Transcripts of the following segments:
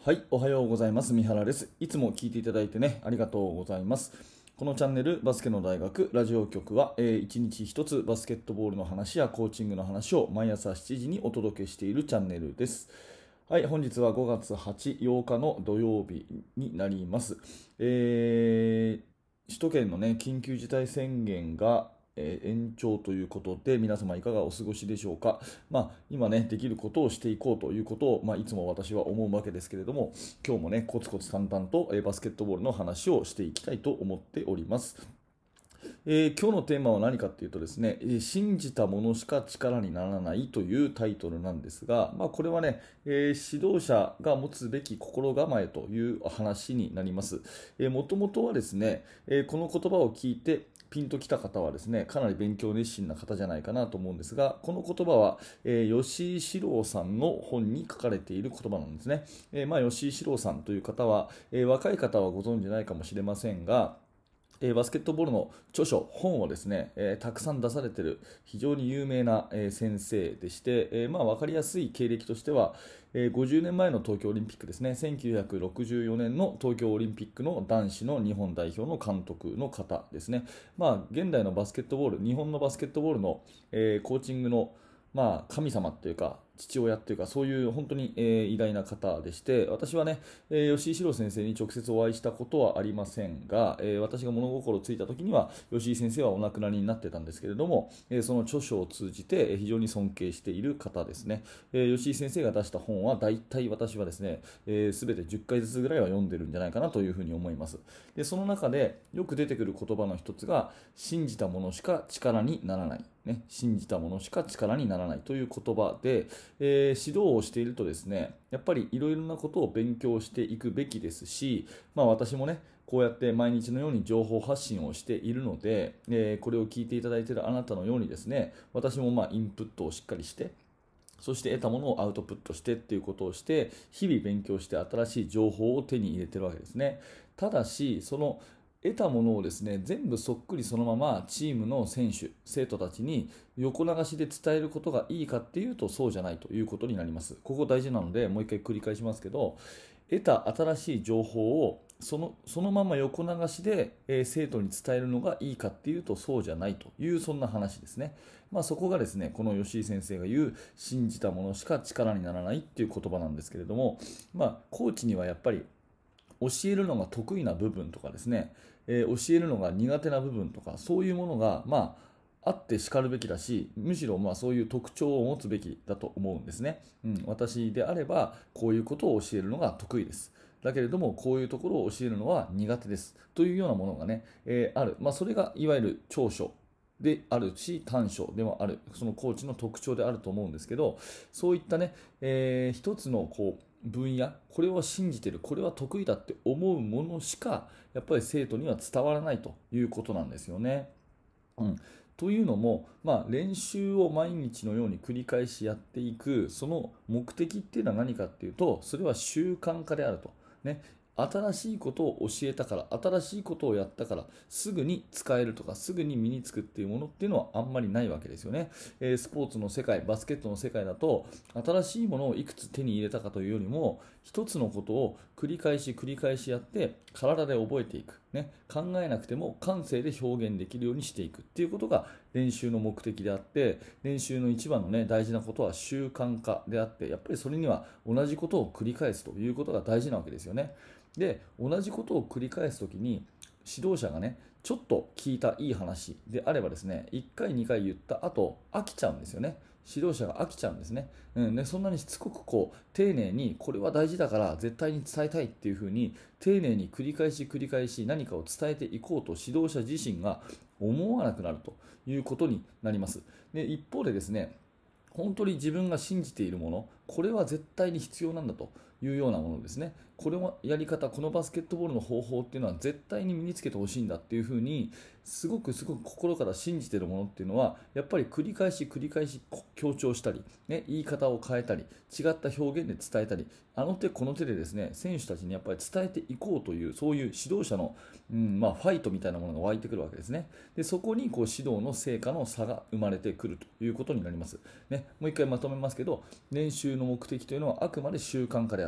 はい、おはようございます。三原です。いつも聞いていただいてね、ありがとうございます。このチャンネル、バスケの大学ラジオ局は、1日1つバスケットボールの話やコーチングの話を毎朝7時にお届けしているチャンネルです。はい、本日は5月8日の土曜日になります。首都圏のね、緊急事態宣言が、延長ということで、皆様いかがお過ごしでしょうか。今ね、できることをしていこうということを、いつも私は思うわけですけれども、今日もね、コツコツ淡々と、バスケットボールの話をしていきたいと思っております。今日のテーマは何かっていうとですね、信じたものしか力にならないというタイトルなんですが、これはね、指導者が持つべき心構えという話になります。もともとはですね、この言葉を聞いてピンときた方はですね、かなり勉強熱心な方じゃないかなと思うんですが、この言葉は、吉井史郎さんの本に書かれている言葉なんですね。吉井史郎さんという方は、若い方はご存じないかもしれませんが、バスケットボールの著書、本をですね、たくさん出されている非常に有名な、先生でして、分かりやすい経歴としては、50年前の東京オリンピックですね、1964年の東京オリンピックの男子の日本代表の監督の方ですね。現代のバスケットボール、日本のバスケットボールの、コーチングの神様というか、父親というか、そういう本当に、偉大な方でして、私はね、吉井史郎先生に直接お会いしたことはありませんが、私が物心ついた時には、吉井先生はお亡くなりになってたんですけれども、その著書を通じて、非常に尊敬している方ですね。吉井先生が出した本は、大体私はですね、すべて10回ずつぐらいは読んでるんじゃないかなというふうに思います。で、その中でよく出てくる言葉の一つが、信じたものしか力にならない。信じたものしか力にならないという言葉で、指導をしているとですね、やっぱりいろいろなことを勉強していくべきですし、私もね、こうやって毎日のように情報発信をしているので、これを聞いていただいているあなたのようにですね、私もインプットをしっかりして、そして得たものをアウトプットしてっていうことをして、日々勉強して新しい情報を手に入れているわけですね。ただし、その得たものをですね、全部そっくりそのままチームの選手、生徒たちに横流しで伝えることがいいかっていうとそうじゃないということになります。ここ大事なのでもう一回繰り返しますけど、得た新しい情報をそのまま横流しで、生徒に伝えるのがいいかっていうとそうじゃないというそんな話ですね。そこがですね、この吉井先生が言う信じたものしか力にならないっていう言葉なんですけれども、コーチにはやっぱり教えるのが得意な部分とかですね、教えるのが苦手な部分とかそういうものがあってしかるべきだし、むしろそういう特徴を持つべきだと思うんですね。私であればこういうことを教えるのが得意です。だけれどもこういうところを教えるのは苦手ですというようなものがね、ある、それがいわゆる長所であるし短所でもある、そのコーチの特徴であると思うんですけど、そういったね、一つの分野、これを信じてる、これは得意だって思うものしかやっぱり生徒には伝わらないということなんですよね。というのも、練習を毎日のように繰り返しやっていくその目的っていうのは何かっていうと、それは習慣化であると、ね、新しいことを教えたから、新しいことをやったからすぐに使えるとかすぐに身につくっていうものっていうのはあんまりないわけですよね。スポーツの世界、バスケットの世界だと、新しいものをいくつ手に入れたかというよりも、一つのことを繰り返し繰り返しやって体で覚えていく、考えなくても感性で表現できるようにしていくっていうことが練習の目的であって、練習の一番のね、大事なことは習慣化であって、やっぱりそれには同じことを繰り返すということが大事なわけですよね。で、同じことを繰り返すときに指導者がね、ちょっと聞いたいい話であればですね、1回2回言った後飽きちゃうんですよね。指導者が飽きちゃうんですね。でそんなにしつこく丁寧にこれは大事だから絶対に伝えたいっていうふうに丁寧に繰り返し繰り返し何かを伝えていこうと指導者自身が思わなくなるということになります。で一方でですね、本当に自分が信じているもの、これは絶対に必要なんだというようなものですね。これはやり方、このバスケットボールの方法っていうのは絶対に身につけてほしいんだっていうふうにすごく心から信じているものっていうのはやっぱり繰り返し繰り返し強調したり、言い方を変えたり違った表現で伝えたり、あの手この手でですね、選手たちにやっぱり伝えていこうというそういう指導者の、ファイトみたいなものが湧いてくるわけですね。でそこに指導の成果の差が生まれてくるということになります。もう一回まとめますけど、練習の目的というのはあくまで習慣化であると。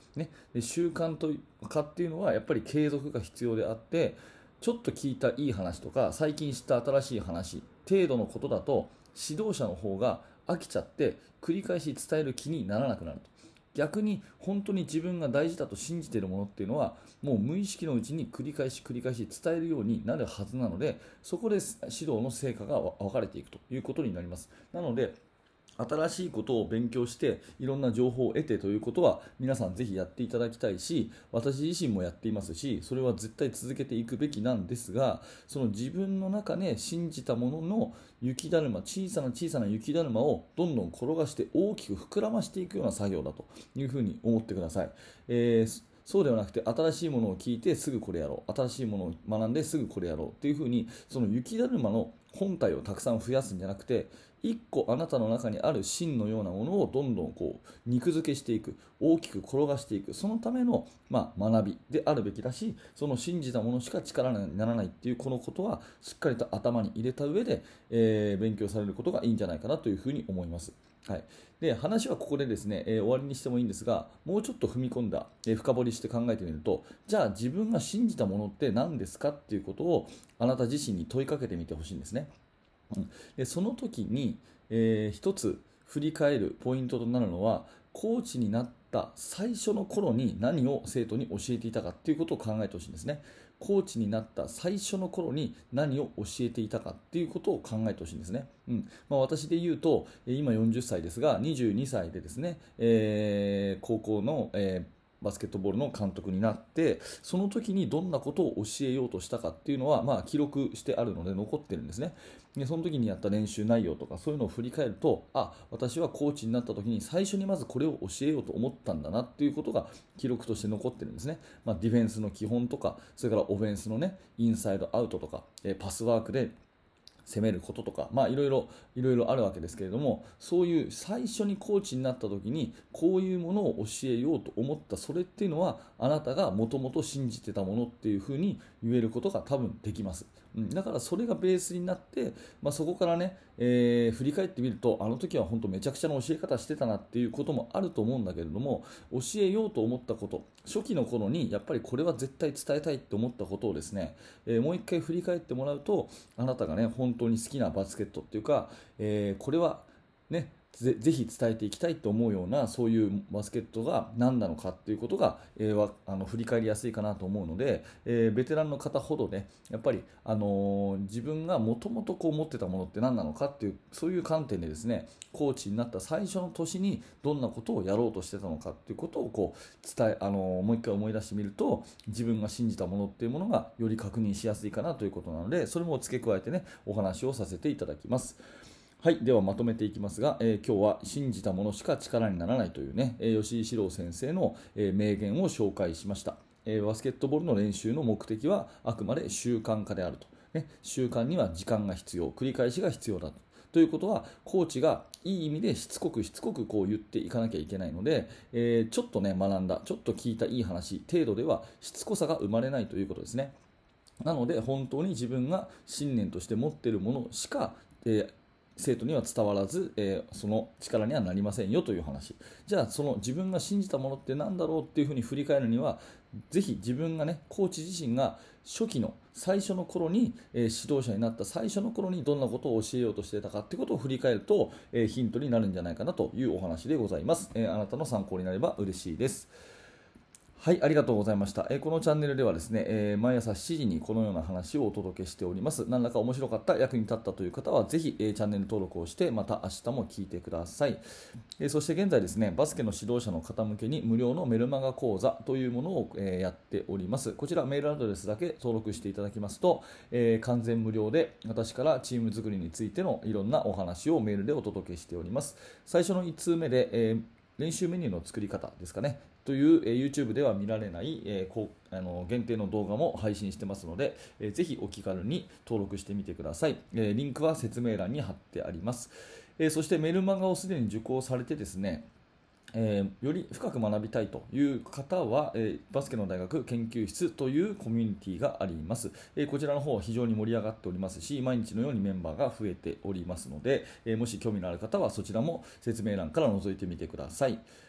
ね、で習慣とかっていうのはやっぱり継続が必要であって、ちょっと聞いたいい話とか最近知った新しい話程度のことだと指導者の方が飽きちゃって繰り返し伝える気にならなくなると。逆に本当に自分が大事だと信じているものっていうのはもう無意識のうちに繰り返し伝えるようになるはずなので、そこで指導の成果が分かれていくということになります。なので新しいことを勉強していろんな情報を得てということは皆さんぜひやっていただきたいし、私自身もやっていますし、それは絶対続けていくべきなんですが、その自分の中で信じたものの雪だるま、小さな雪だるまをどんどん転がして大きく膨らましていくような作業だというふうに思ってください。そうではなくて、新しいものを聞いてすぐこれやろう、新しいものを学んですぐこれやろうっていうふうに、その雪だるまの本体をたくさん増やすんじゃなくて、1個あなたの中にある芯のようなものをどんどん肉付けしていく、大きく転がしていく、そのための、学びであるべきだし、その信じたものしか力にならないっていうこのことはしっかりと頭に入れた上で、勉強されることがいいんじゃないかなというふうに思います。はい、で話はここでですね、終わりにしてもいいんですが、もうちょっと踏み込んだ、深掘りして考えてみると、じゃあ自分が信じたものって何ですかっていうことをあなた自身に問いかけてみてほしいんですね。でその時に、一つ振り返るポイントとなるのは、コーチになった最初の頃に何を生徒に教えていたかということを考えてほしいんですね。コーチになった最初の頃に何を教えていたかということを考えてほしいんですね。私で言うと、今40歳ですが、22歳でですね、高校の、バスケットボールの監督になって、その時にどんなことを教えようとしたかっていうのは、記録してあるので残ってるんですね。でその時にやった練習内容とかそういうのを振り返ると、私はコーチになった時に最初にまずこれを教えようと思ったんだなっていうことが記録として残ってるんですね。ディフェンスの基本とか、それからオフェンスのね、インサイドアウトとか、パスワークで攻めることとか、いろいろあるわけですけれども、そういう最初にコーチになった時にこういうものを教えようと思った、それっていうのはあなたがもともと信じてたものっていうふうに言えることが多分できます。だからそれがベースになって、そこからね、振り返ってみると、あの時は本当めちゃくちゃな教え方してたなっていうこともあると思うんだけれども、教えようと思ったこと、初期の頃にやっぱりこれは絶対伝えたいって思ったことをですね、もう一回振り返ってもらうと、あなたがね本当に好きなバスケットっていうか、これはねぜひ伝えていきたいと思うような、そういうバスケットが何なのかっていうことが、振り返りやすいかなと思うので、ベテランの方ほどねやっぱり、自分がもともと持ってたものって何なのかっていう、そういう観点でですね、コーチになった最初の年にどんなことをやろうとしてたのかっていうことをもう一回思い出してみると、自分が信じたものっていうものがより確認しやすいかなということなので、それも付け加えてねお話をさせていただきます。はい、ではまとめていきますが、今日は信じたものしか力にならないというね、吉井史郎先生の、名言を紹介しました。バスケットボールの練習の目的はあくまで習慣化であると、習慣には時間が必要、繰り返しが必要だということは、コーチがいい意味でしつこく言っていかなきゃいけないので、ちょっとね学んだ、ちょっと聞いたいい話程度ではしつこさが生まれないということですね。なので本当に自分が信念として持っているものしか、生徒には伝わらず、その力にはなりませんよという話。じゃあその自分が信じたものって何だろうっていうふうに振り返るには、ぜひ自分がね、コーチ自身が初期の最初の頃に、指導者になった最初の頃にどんなことを教えようとしていたかってことを振り返ると、ヒントになるんじゃないかなというお話でございます。あなたの参考になれば嬉しいです。はい、ありがとうございました。このチャンネルではですね、毎朝7時にこのような話をお届けしております。何らか面白かった、役に立ったという方は、ぜひ、チャンネル登録をして、また明日も聞いてください。そして現在ですね、バスケの指導者の方向けに無料のメルマガ講座というものを、やっております。こちらメールアドレスだけ登録していただきますと、完全無料で私からチーム作りについてのいろんなお話をメールでお届けしております。最初の1通目で、練習メニューの作り方ですかねという、YouTube では見られない、限定の動画も配信してますので、ぜひお気軽に登録してみてください。リンクは説明欄に貼ってあります。そしてメルマガをすでに受講されてですね、より深く学びたいという方は、バスケの大学研究室というコミュニティがあります。こちらの方は非常に盛り上がっておりますし、毎日のようにメンバーが増えておりますので、もし興味のある方はそちらも説明欄から覗いてみてください。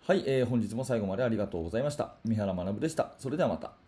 はい、本日も最後までありがとうございました。三原学でした。それではまた。